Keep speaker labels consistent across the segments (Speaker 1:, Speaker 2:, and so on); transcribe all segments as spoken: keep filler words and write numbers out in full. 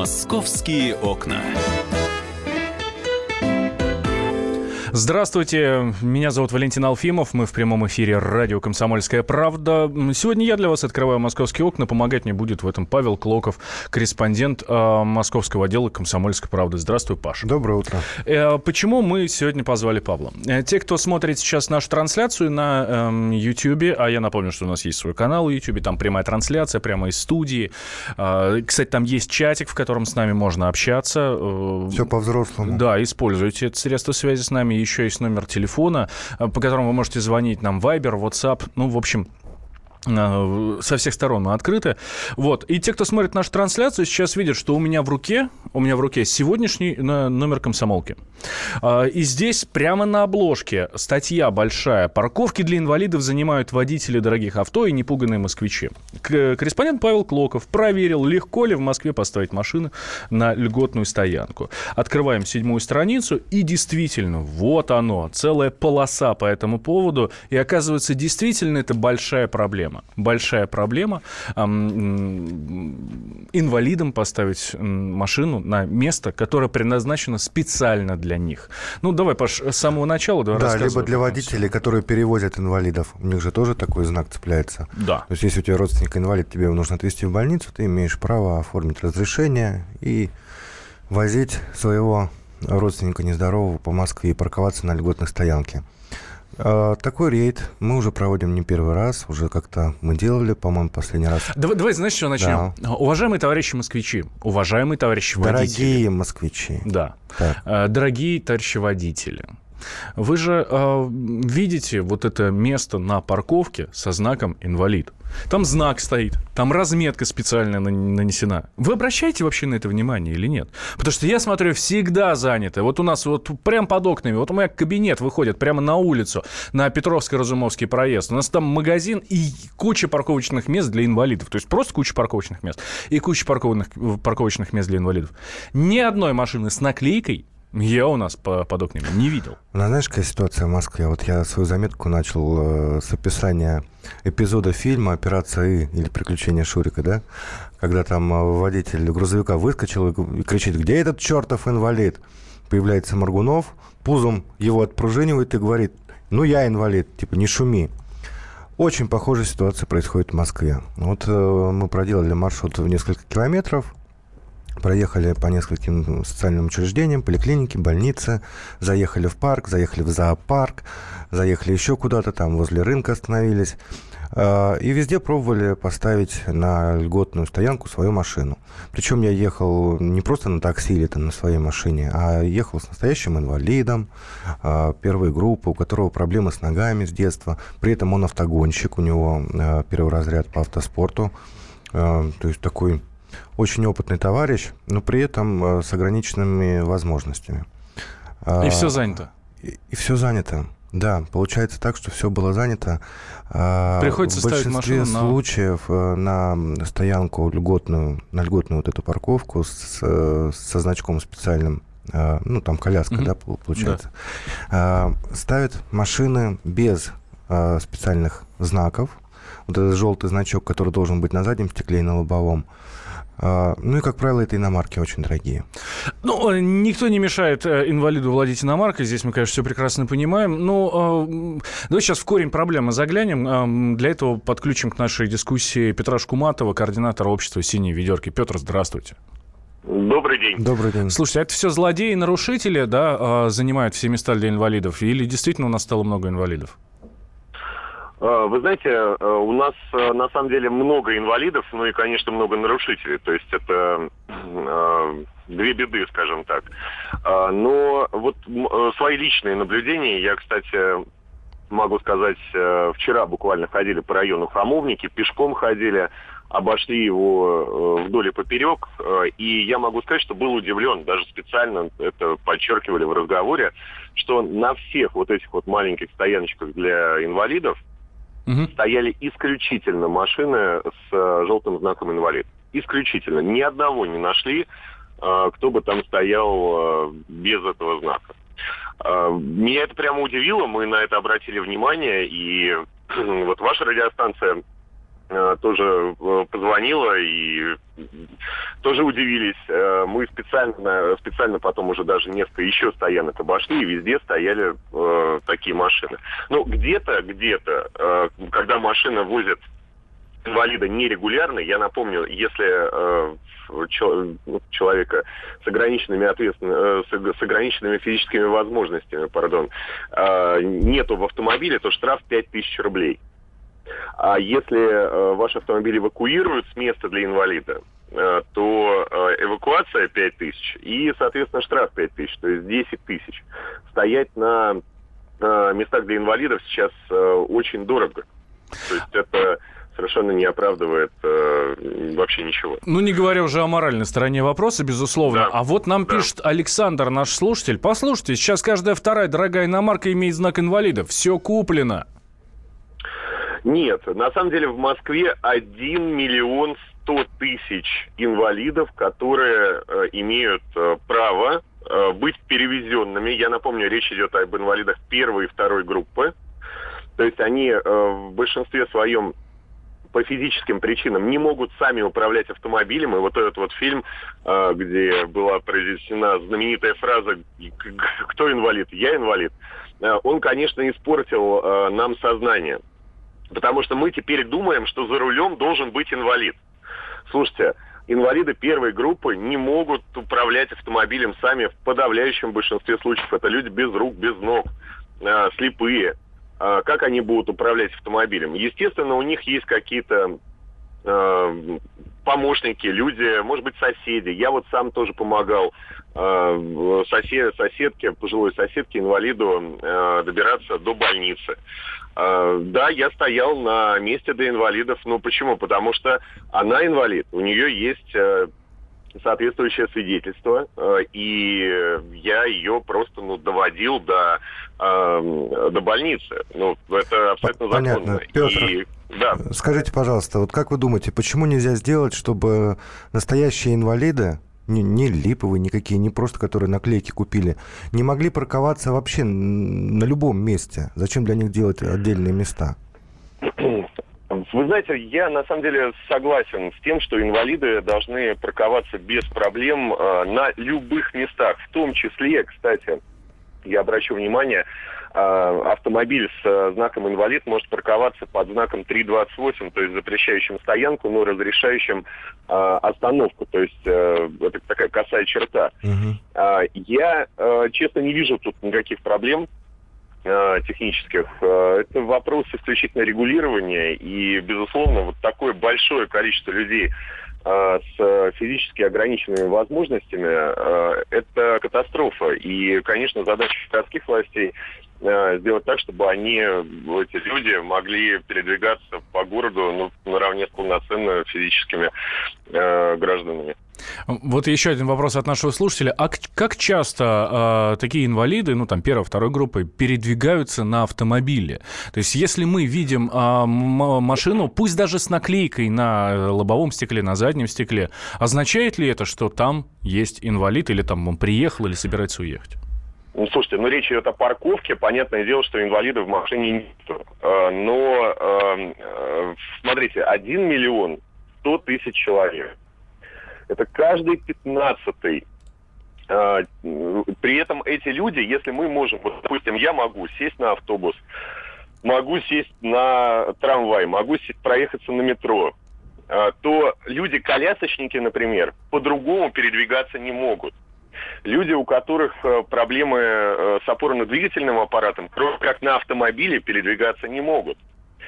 Speaker 1: Московские окна.
Speaker 2: Здравствуйте, меня зовут Валентин Алфимов, мы в прямом эфире радио «Комсомольская правда». Сегодня я для вас открываю «Московские окна», помогать мне будет в этом Павел Клоков, корреспондент э, московского отдела «Комсомольской правды». Здравствуй, Паша.
Speaker 3: Доброе утро.
Speaker 2: Э, почему мы сегодня позвали Павла? Э, те, кто смотрит сейчас нашу трансляцию на э, YouTube, а я напомню, что у нас есть свой канал в YouTube, там прямая трансляция прямо из студии. Э, кстати, там есть чатик, в котором с нами можно общаться. Э,
Speaker 3: Все по-взрослому.
Speaker 2: Да, используйте это средство связи с нами. Еще есть номер телефона, по которому вы можете звонить нам, Viber, WhatsApp, ну, в общем... со всех сторон мы открыты. Вот. И те, кто смотрит нашу трансляцию, сейчас видят, что у меня в руке, у меня в руке сегодняшний номер «Комсомолки». И здесь прямо на обложке статья большая. Парковки для инвалидов занимают водители дорогих авто и непуганные москвичи. Корреспондент Павел Клоков проверил, легко ли в Москве поставить машину на льготную стоянку. Открываем седьмую страницу, и действительно, вот оно, целая полоса по этому поводу. И оказывается, действительно, это большая проблема. Большая проблема эм, инвалидам поставить машину на место, которое предназначено специально для них. Ну, давай, Паш, с самого начала давай
Speaker 3: Да,
Speaker 2: рассказывай.
Speaker 3: либо для водителей, которые перевозят инвалидов. У них же тоже такой знак цепляется.
Speaker 2: Да.
Speaker 3: То есть, если у тебя родственник инвалид, тебе его нужно отвезти в больницу, ты имеешь право оформить разрешение и возить своего родственника нездорового по Москве и парковаться на льготной стоянке. Такой рейд мы уже проводим не первый раз, уже как-то мы делали, по-моему, последний раз.
Speaker 2: Давай, давай знаешь, что начнем? Да. Уважаемые товарищи москвичи, уважаемые товарищи водители.
Speaker 3: Дорогие москвичи.
Speaker 2: Да.
Speaker 3: Так.
Speaker 2: Дорогие товарищи водители. Вы же э, видите вот это место на парковке со знаком «инвалид». Там знак стоит, там разметка специальная нанесена. Вы обращаете вообще на это внимание или нет? Потому что я смотрю, всегда занято. Вот у нас вот прямо под окнами, вот у меня кабинет выходит прямо на улицу, на Петровско-Разумовский проезд. У нас там магазин и куча парковочных мест для инвалидов. То есть просто куча парковочных мест и куча парковочных, парковочных мест для инвалидов. Ни одной машины с наклейкой я у нас по, под окнами не видел.
Speaker 3: Ну, знаешь, какая ситуация в Москве? Вот я свою заметку начал э, с описания эпизода фильма «Операция И» или «Приключения Шурика», да? Когда там э, водитель грузовика выскочил и, и кричит: «Где этот чертов инвалид?» Появляется Моргунов, пузом его отпружинивает и говорит: «Ну, я инвалид, типа, не шуми». Очень похожая ситуация происходит в Москве. Вот э, мы проделали маршрут в несколько километров, проехали по нескольким социальным учреждениям, поликлинике, больнице, заехали в парк, заехали в зоопарк, заехали еще куда-то, там возле рынка остановились. И везде пробовали поставить на льготную стоянку свою машину. Причем я ехал не просто на такси или там на своей машине, а ехал с настоящим инвалидом первой группы, у которого проблемы с ногами с детства. При этом он автогонщик, у него первый разряд по автоспорту. То есть такой очень опытный товарищ, но при этом с ограниченными возможностями.
Speaker 2: И все занято.
Speaker 3: И, и все занято. Да, получается так, что все было занято.
Speaker 2: Приходится
Speaker 3: в большинстве
Speaker 2: ставить машину на...
Speaker 3: случаев на стоянку льготную, на льготную вот эту парковку с, со значком специальным, ну, там коляска, mm-hmm. да, получается, да. Ставят машины без специальных знаков. Вот этот желтый значок, который должен быть на заднем стекле и на лобовом. Ну и, как правило, это иномарки очень дорогие.
Speaker 2: Ну, никто не мешает инвалиду владеть иномаркой. Здесь мы, конечно, все прекрасно понимаем. Но э, давай сейчас в корень проблемы заглянем. Э, для этого подключим к нашей дискуссии Петра Шкуматова, координатора общества «Синие ведерки». Петр, здравствуйте.
Speaker 4: Добрый день.
Speaker 3: Добрый день.
Speaker 2: Слушайте, а это все злодеи и нарушители, да, занимают все места для инвалидов? Или действительно у нас стало много инвалидов?
Speaker 4: Вы знаете, у нас на самом деле много инвалидов, ну и, конечно, много нарушителей. То есть это э, две беды, скажем так. Но вот свои личные наблюдения, я, кстати, могу сказать, вчера буквально ходили по району Хамовники, пешком ходили, обошли его вдоль и поперек, и я могу сказать, что был удивлен, даже специально это подчеркивали в разговоре, что на всех вот этих вот маленьких стояночках для инвалидов угу. стояли исключительно машины с желтым знаком «инвалид». Исключительно. Ни одного не нашли, кто бы там стоял без этого знака. Меня это прямо удивило, мы на это обратили внимание, и вот ваша радиостанция тоже позвонила и тоже удивились. Мы специально, специально потом уже даже несколько еще стоянок обошли, и везде стояли э, такие машины. Ну, где-то, где-то, э, когда машина возит инвалида нерегулярно, я напомню, если э, человека с ограниченными, ответственно, с ограниченными физическими возможностями, пардон, э, нету в автомобиле, то штраф пять тысяч рублей. А если э, ваш автомобиль эвакуируют с места для инвалида, э, то э, эвакуация пять тысяч и, соответственно, штраф пять тысяч, то есть десять тысяч. Стоять на э, местах для инвалидов сейчас э, очень дорого. То есть это совершенно не оправдывает э, вообще ничего.
Speaker 2: Ну, не говоря уже о моральной стороне вопроса, безусловно.
Speaker 4: Да.
Speaker 2: А вот нам
Speaker 4: да.
Speaker 2: пишет Александр, наш слушатель. Послушайте, сейчас каждая вторая дорогая иномарка имеет знак инвалида. Все куплено.
Speaker 4: Нет, на самом деле в Москве один миллион сто тысяч инвалидов, которые э, имеют э, право э, быть перевезенными. Я напомню, речь идет об инвалидах первой и второй группы. То есть они э, в большинстве своем по физическим причинам не могут сами управлять автомобилем. И вот этот вот фильм, э, где была произнесена знаменитая фраза «Кто инвалид? Я инвалид», э, он, конечно, испортил э, нам сознание. Потому что мы теперь думаем, что за рулем должен быть инвалид. Слушайте, инвалиды первой группы не могут управлять автомобилем сами в подавляющем большинстве случаев. Это люди без рук, без ног, э, слепые. Э, как они будут управлять автомобилем? Естественно, у них есть какие-то э, помощники, люди, может быть, соседи. Я вот сам тоже помогал э, сосед, соседке, пожилой соседке, инвалиду, э, добираться до больницы. Uh, да, я стоял на месте для инвалидов. Ну, почему? Потому что она инвалид. У нее есть uh, соответствующее свидетельство. Uh, и я ее просто ну, доводил до, uh, до больницы. Ну, это абсолютно
Speaker 3: Понятно.
Speaker 4: законно.
Speaker 3: Петр,
Speaker 4: и, да.
Speaker 3: Скажите, пожалуйста, вот как вы думаете, почему нельзя сделать, чтобы настоящие инвалиды, Не, не липовые никакие, не просто, которые наклейки купили, не могли парковаться вообще на любом месте? Зачем для них делать отдельные места?
Speaker 4: Вы знаете, я на самом деле согласен с тем, что инвалиды должны парковаться без проблем э, на любых местах. В том числе, кстати, я обращу внимание, автомобиль с знаком инвалид может парковаться под знаком три двадцать восемь, то есть запрещающим стоянку, но разрешающим э, остановку. То есть э, это такая косая черта. Uh-huh. Э, я, э, честно, не вижу тут никаких проблем э, технических. Э, это вопрос исключительно регулирования. И, безусловно, вот такое большое количество людей э, с физически ограниченными возможностями э, это катастрофа. И, конечно, задача городских властей сделать так, чтобы они, эти люди, могли передвигаться по городу ну, наравне с полноценно физическими э, гражданами.
Speaker 2: Вот еще один вопрос от нашего слушателя. А как часто э, такие инвалиды, ну, там, первой, второй группы, передвигаются на автомобиле? То есть, если мы видим э, м- машину, пусть даже с наклейкой на лобовом стекле, на заднем стекле, означает ли это, что там есть инвалид, или там он приехал, или собирается уехать?
Speaker 4: Ну, слушайте, ну, речь идет о парковке. Понятное дело, что инвалидов в машине нет. Но, э, смотрите, один миллион сто тысяч человек. Это каждый пятнадцатый. Э, при этом эти люди, если мы можем, вот, допустим, я могу сесть на автобус, могу сесть на трамвай, могу сесть, проехаться на метро, э, то люди-колясочники, например, по-другому передвигаться не могут. Люди, у которых э, проблемы э, с опорно-двигательным аппаратом, кроме как на автомобиле, передвигаться не могут.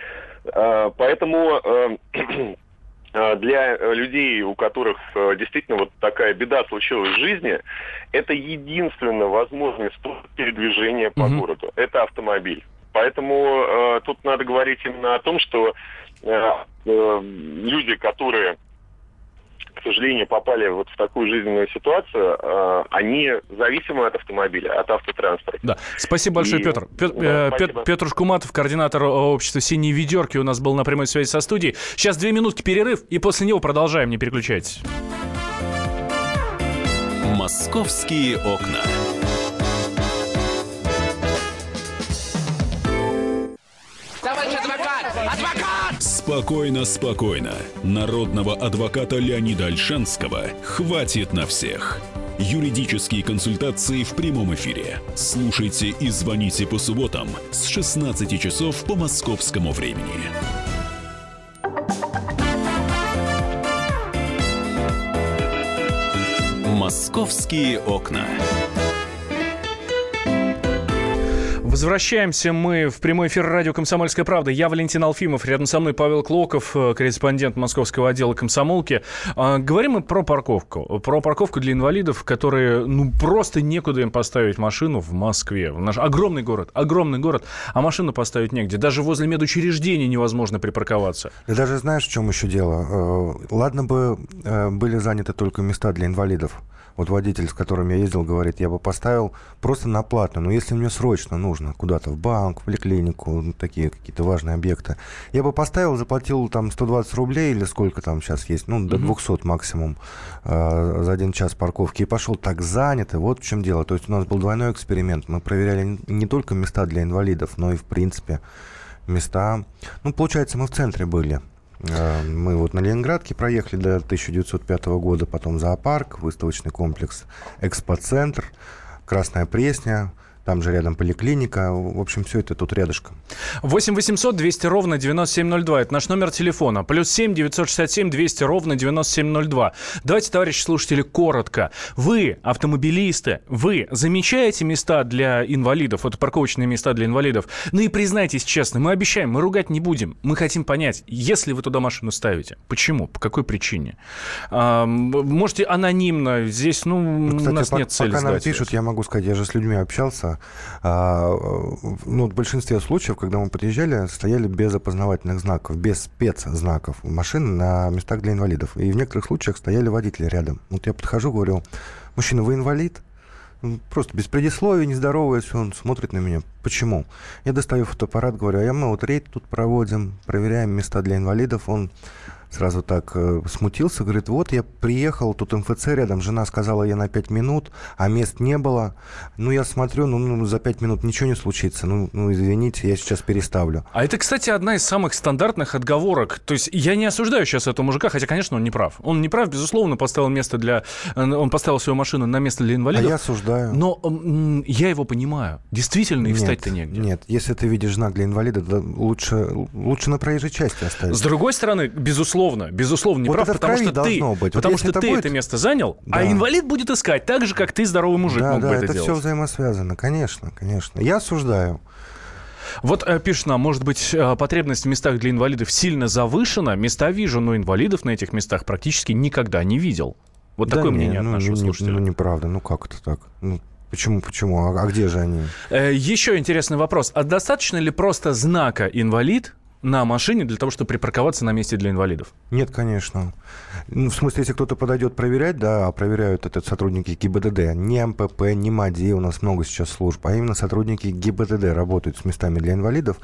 Speaker 4: Э, поэтому э, э, для людей, у которых э, действительно вот такая беда случилась в жизни, это единственно возможный способ передвижения по mm-hmm. городу. Это автомобиль. Поэтому э, тут надо говорить именно о том, что э, э, люди, которые, к сожалению, попали вот в такую жизненную ситуацию, э, они зависимы от автомобиля, от автотранспорта.
Speaker 2: Да. Спасибо большое, И... Петр. Петр, да, э, Петр, Петр Шкуматов, координатор общества «Синие ведерки», у нас был на прямой связи со студией. Сейчас две минутки перерыв, и после него продолжаем, не переключайтесь.
Speaker 1: «Московские окна».
Speaker 5: Товарищ адвокат! Адвокат!
Speaker 1: Спокойно, спокойно. Народного адвоката Леонида Ольшанского хватит на всех. Юридические консультации в прямом эфире. Слушайте и звоните по субботам с шестнадцати часов по московскому времени. «Московские окна».
Speaker 2: Возвращаемся мы в прямой эфир радио «Комсомольская правда». Я Валентин Алфимов, рядом со мной Павел Клоков, корреспондент московского отдела «Комсомолки». Говорим мы про парковку. Про парковку для инвалидов, которые, ну, просто некуда им поставить машину в Москве. Наш огромный город, огромный город, а машину поставить негде. Даже возле медучреждений невозможно припарковаться.
Speaker 3: Ты даже знаешь, в чем еще дело? Ладно бы были заняты только места для инвалидов. Вот водитель, с которым я ездил, говорит, я бы поставил просто на платно, но если мне срочно нужно куда-то в банк, в поликлинику, ну, такие какие-то важные объекты, я бы поставил, заплатил там сто двадцать рублей или сколько там сейчас есть, ну, до двухсот максимум э, за один час парковки, и пошел так занято. Вот в чем дело. То есть у нас был двойной эксперимент. Мы проверяли не только места для инвалидов, но и, в принципе, места... Ну, получается, мы в центре были. Мы вот на Ленинградке проехали до тысяча девятьсот пятого года, потом зоопарк, выставочный комплекс, экспоцентр, Красная Пресня, там же рядом поликлиника. В общем, все это тут рядышком.
Speaker 2: восемь восемьсот двести ровно девяносто семь ноль два. Это наш номер телефона. Плюс семь девятьсот шестьдесят семь двести ровно девяносто семь ноль два. Давайте, товарищи слушатели, коротко. Вы, автомобилисты, вы замечаете места для инвалидов? Вот парковочные места для инвалидов. Ну и признайтесь честно, мы обещаем, мы ругать не будем. Мы хотим понять, если вы туда машину ставите, почему, по какой причине? А, можете анонимно. Здесь, ну, ну кстати, у нас по- нет цели
Speaker 3: пока
Speaker 2: сдать.
Speaker 3: Нам пишут, я могу сказать, я же с людьми общался. А, ну, в большинстве случаев, когда мы подъезжали, стояли без опознавательных знаков, без спецзнаков машины на местах для инвалидов. И в некоторых случаях стояли водители рядом. Вот я подхожу, говорю, мужчина, вы инвалид? Просто без предисловия, не здороваясь, он смотрит на меня. Почему? Я достаю фотоаппарат, говорю, а мы вот рейд тут проводим, проверяем места для инвалидов. Он сразу так э, смутился, говорит, вот я приехал, тут эм эф цэ рядом, жена сказала, я на пять минут, а мест не было. Ну, я смотрю, ну, ну за пять минут ничего не случится. Ну, ну, извините, я сейчас переставлю.
Speaker 2: А это, кстати, одна из самых стандартных отговорок. То есть я не осуждаю сейчас этого мужика, хотя, конечно, он не прав. Он не прав, безусловно, поставил место для... Он поставил свою машину на место для инвалидов.
Speaker 3: А я осуждаю.
Speaker 2: Но м- я его понимаю. Действительно, и встать-то негде.
Speaker 3: Нет, если ты видишь знак для инвалида, лучше, лучше на проезжей части оставить.
Speaker 2: С другой стороны, безусловно, безусловно, не
Speaker 3: вот
Speaker 2: прав, потому что ты,
Speaker 3: быть.
Speaker 2: потому
Speaker 3: вот
Speaker 2: что
Speaker 3: это
Speaker 2: ты
Speaker 3: будет...
Speaker 2: это место занял,
Speaker 3: да.
Speaker 2: А инвалид будет искать так же, как ты, здоровый мужик,
Speaker 3: да,
Speaker 2: мог
Speaker 3: да,
Speaker 2: бы это,
Speaker 3: это
Speaker 2: делать.
Speaker 3: Все взаимосвязано, конечно, конечно. Я осуждаю.
Speaker 2: Вот э, пишет нам, может быть, э, потребность в местах для инвалидов сильно завышена. Места вижу, но инвалидов на этих местах практически никогда не видел. Вот
Speaker 3: да
Speaker 2: такое
Speaker 3: не,
Speaker 2: мнение
Speaker 3: ну,
Speaker 2: от нашего
Speaker 3: не,
Speaker 2: слушателя.
Speaker 3: Ну, неправда. Ну, как это так? Ну, почему, почему? А, а где же они?
Speaker 2: Э, еще интересный вопрос. А достаточно ли просто знака «инвалид» на машине для того, чтобы припарковаться на месте для инвалидов?
Speaker 3: Нет, конечно. Ну, в смысле, если кто-то подойдет проверять, да, а проверяют это сотрудники ГИБДД, не эм пэ пэ, не МАДИ, у нас много сейчас служб, а именно сотрудники ГИБДД работают с местами для инвалидов.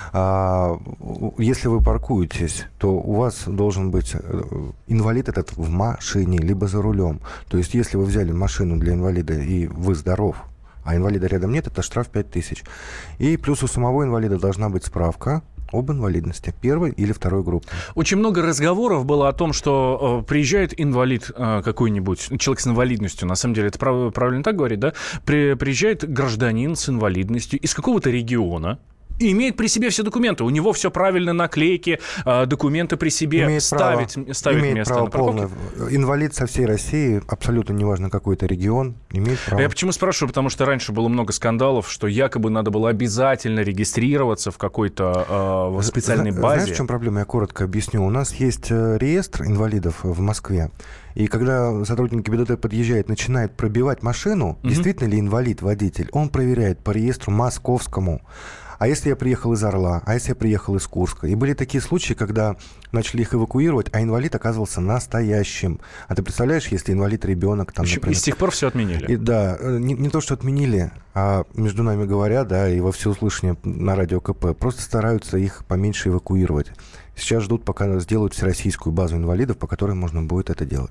Speaker 3: А, если вы паркуетесь, то у вас должен быть инвалид этот в машине, либо за рулем. То есть, если вы взяли машину для инвалида и вы здоров, а инвалида рядом нет, это штраф пять тысяч. И плюс у самого инвалида должна быть справка об инвалидности первой или второй группы.
Speaker 2: Очень много разговоров было о том, что э, приезжает инвалид э, какой-нибудь, человек с инвалидностью, на самом деле это прав, правильно так говорить, да? При, приезжает гражданин с инвалидностью из какого-то региона, и имеет при себе все документы. У него все правильно, наклейки, документы при себе.
Speaker 3: Имеет
Speaker 2: ставить,
Speaker 3: право,
Speaker 2: ставить
Speaker 3: имеет
Speaker 2: место
Speaker 3: право
Speaker 2: на парковке.
Speaker 3: полное. Инвалид со всей России, абсолютно неважно какой-то регион, имеет право.
Speaker 2: Я почему спрашиваю? Потому что раньше было много скандалов, что якобы надо было обязательно регистрироваться в какой-то э, специальной
Speaker 3: Зна-
Speaker 2: базе.
Speaker 3: Знаешь, в чем проблема? Я коротко объясню. У нас есть реестр инвалидов в Москве. И когда сотрудник ГИБДД подъезжает, начинает пробивать машину, mm-hmm. действительно ли инвалид водитель, он проверяет по реестру московскому. А если я приехал из Орла, а если я приехал из Курска? И были такие случаи, когда начали их эвакуировать, а инвалид оказывался настоящим. А ты представляешь, если инвалид ребенок там,
Speaker 2: например... И с тех пор все отменили.
Speaker 3: И, да, не, не то, что отменили, а между нами говоря, да, и во всеуслышание на радио ка пэ, просто стараются их поменьше эвакуировать. Сейчас ждут, пока сделают всероссийскую базу инвалидов, по которой можно будет это делать.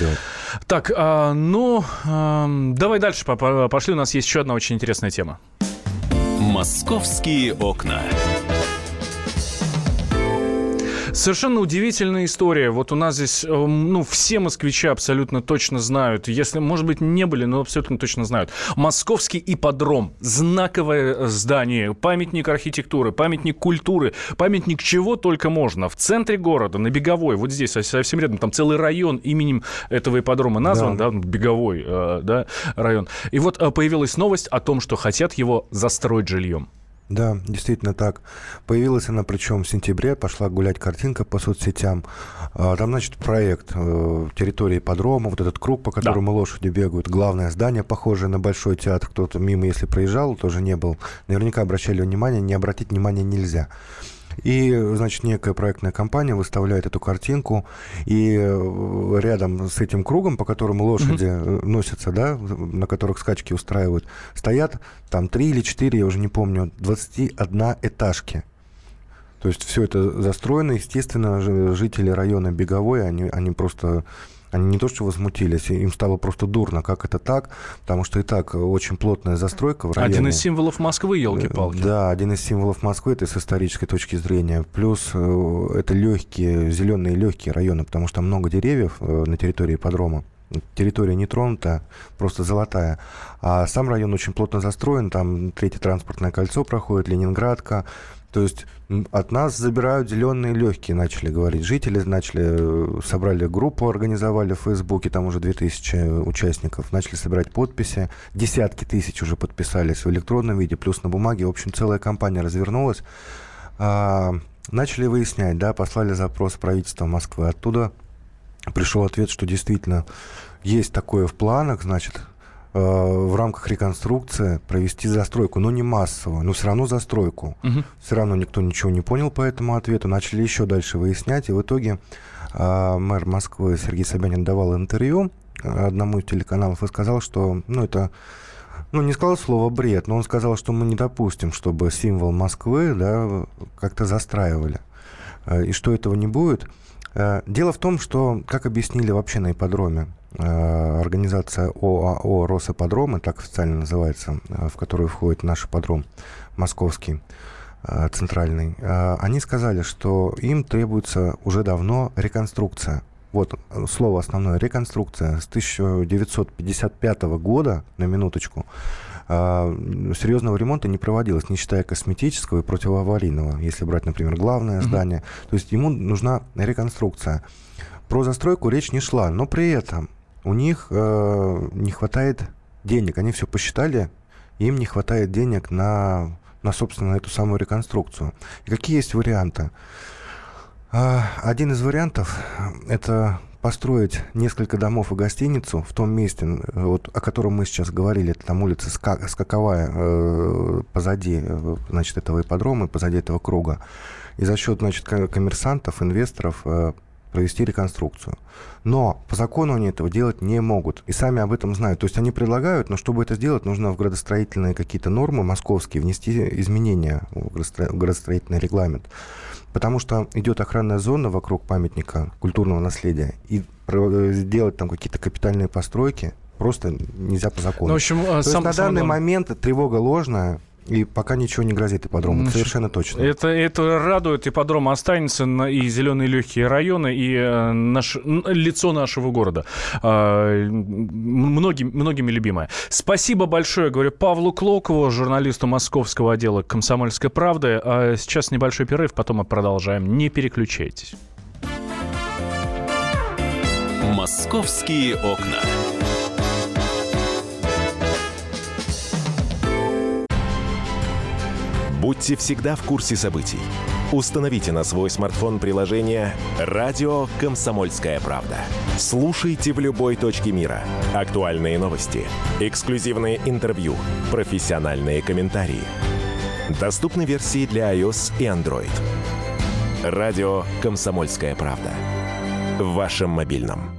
Speaker 2: Так, а, ну, а, давай дальше пошли. У нас есть еще одна очень интересная тема.
Speaker 1: «Московские окна».
Speaker 2: Совершенно удивительная история. Вот у нас здесь, ну, все москвичи абсолютно точно знают. Если, может быть, не были, но абсолютно точно знают. Московский ипподром. Знаковое здание. Памятник архитектуры, памятник культуры, памятник чего только можно. В центре города, на Беговой, вот здесь, совсем рядом, там целый район именем этого ипподрома назван, да, да Беговой, э, да, район. И вот э, появилась новость о том, что хотят его застроить жильем.
Speaker 3: Да, действительно так. Появилась она, причем в сентябре, пошла гулять картинка по соцсетям. Там, значит, проект территории ипподрома, вот этот круг, по которому да. лошади бегают, главное здание, похожее на Большой театр. Кто-то мимо, если проезжал, тоже не был. Наверняка обращали внимание, не обратить внимания нельзя. И, значит, некая проектная компания выставляет эту картинку, и рядом с этим кругом, по которому лошади mm-hmm. носятся, да, на которых скачки устраивают, стоят там три или четыре, я уже не помню, двадцатиодноэтажки. То есть все это застроено. Естественно, жители района Беговой, они, они просто... Они не то что возмутились, им стало просто дурно, как это так, потому что и так очень плотная застройка в районе.
Speaker 2: Один из символов Москвы, елки-палки.
Speaker 3: Да, один из символов Москвы, это с исторической точки зрения. Плюс это легкие, зеленые легкие районы, потому что много деревьев на территории ипподрома. Территория не тронута, просто золотая. А сам район очень плотно застроен, там третье транспортное кольцо проходит, Ленинградка. То есть от нас забирают зеленые легкие, начали говорить жители, начали, собрали группу, организовали в Фейсбуке, там уже две тысячи участников, начали собирать подписи, десятки тысяч уже подписались в электронном виде, плюс на бумаге, в общем, целая кампания развернулась. А, начали выяснять, да, послали запрос в правительство Москвы, оттуда пришел ответ, что действительно есть такое в планах, значит, в рамках реконструкции провести застройку, но не массовую, но все равно застройку. Угу. Все равно никто ничего не понял по этому ответу. Начали еще дальше выяснять, и в итоге э, мэр Москвы Сергей Собянин давал интервью одному из телеканалов и сказал, что, ну, это, ну, не сказал слово бред, но он сказал, что мы не допустим, чтобы символ Москвы, да, как-то застраивали, э, и что этого не будет. Э, дело в том, что, как объяснили вообще на ипподроме, организация ОАО «Росипподром», так официально называется, в которую входит наш ипподром московский, центральный, они сказали, что им требуется уже давно реконструкция. Вот слово основное — реконструкция. С тысяча девятьсот пятьдесят пятого года, на минуточку, серьезного ремонта не проводилось, не считая косметического и противоаварийного, если брать, например, главное здание. Mm-hmm. То есть ему нужна реконструкция. Про застройку речь не шла, но при этом у них э, не хватает денег. Они все посчитали, им не хватает денег на, на, собственно, эту самую реконструкцию. И какие есть варианты? Э, один из вариантов – это построить несколько домов и гостиницу в том месте, вот, о котором мы сейчас говорили. Это там улица Ска- Скаковая, э, позади, значит, этого ипподрома, позади этого круга. И за счет, значит, коммерсантов, инвесторов э, провести реконструкцию. Но по закону они этого делать не могут. И сами об этом знают. То есть они предлагают, но чтобы это сделать, нужно в градостроительные какие-то нормы московские внести изменения в градостроительный регламент. Потому что идет охранная зона вокруг памятника культурного наследия. И сделать там какие-то капитальные постройки просто нельзя по закону.
Speaker 2: Ну, в общем,
Speaker 3: То
Speaker 2: сам,
Speaker 3: есть на данный момент тревога ложная. И пока ничего не грозит ипподрому, ну, совершенно точно.
Speaker 2: Это, это радует, ипподром останется, на, и зеленые легкие районы, и э, наш, лицо нашего города. Э, многим, многими любимое. Спасибо большое, говорю, Павлу Клокову, журналисту московского отдела «Комсомольской правды». А сейчас небольшой перерыв, потом мы продолжаем. Не переключайтесь.
Speaker 1: «Московские окна».
Speaker 5: Будьте всегда в курсе событий. Установите на свой смартфон приложение «Радио Комсомольская правда». Слушайте в любой точке мира. Актуальные новости, эксклюзивные интервью, профессиональные комментарии. Доступны версии для iOS и Android. «Радио Комсомольская правда». В вашем мобильном.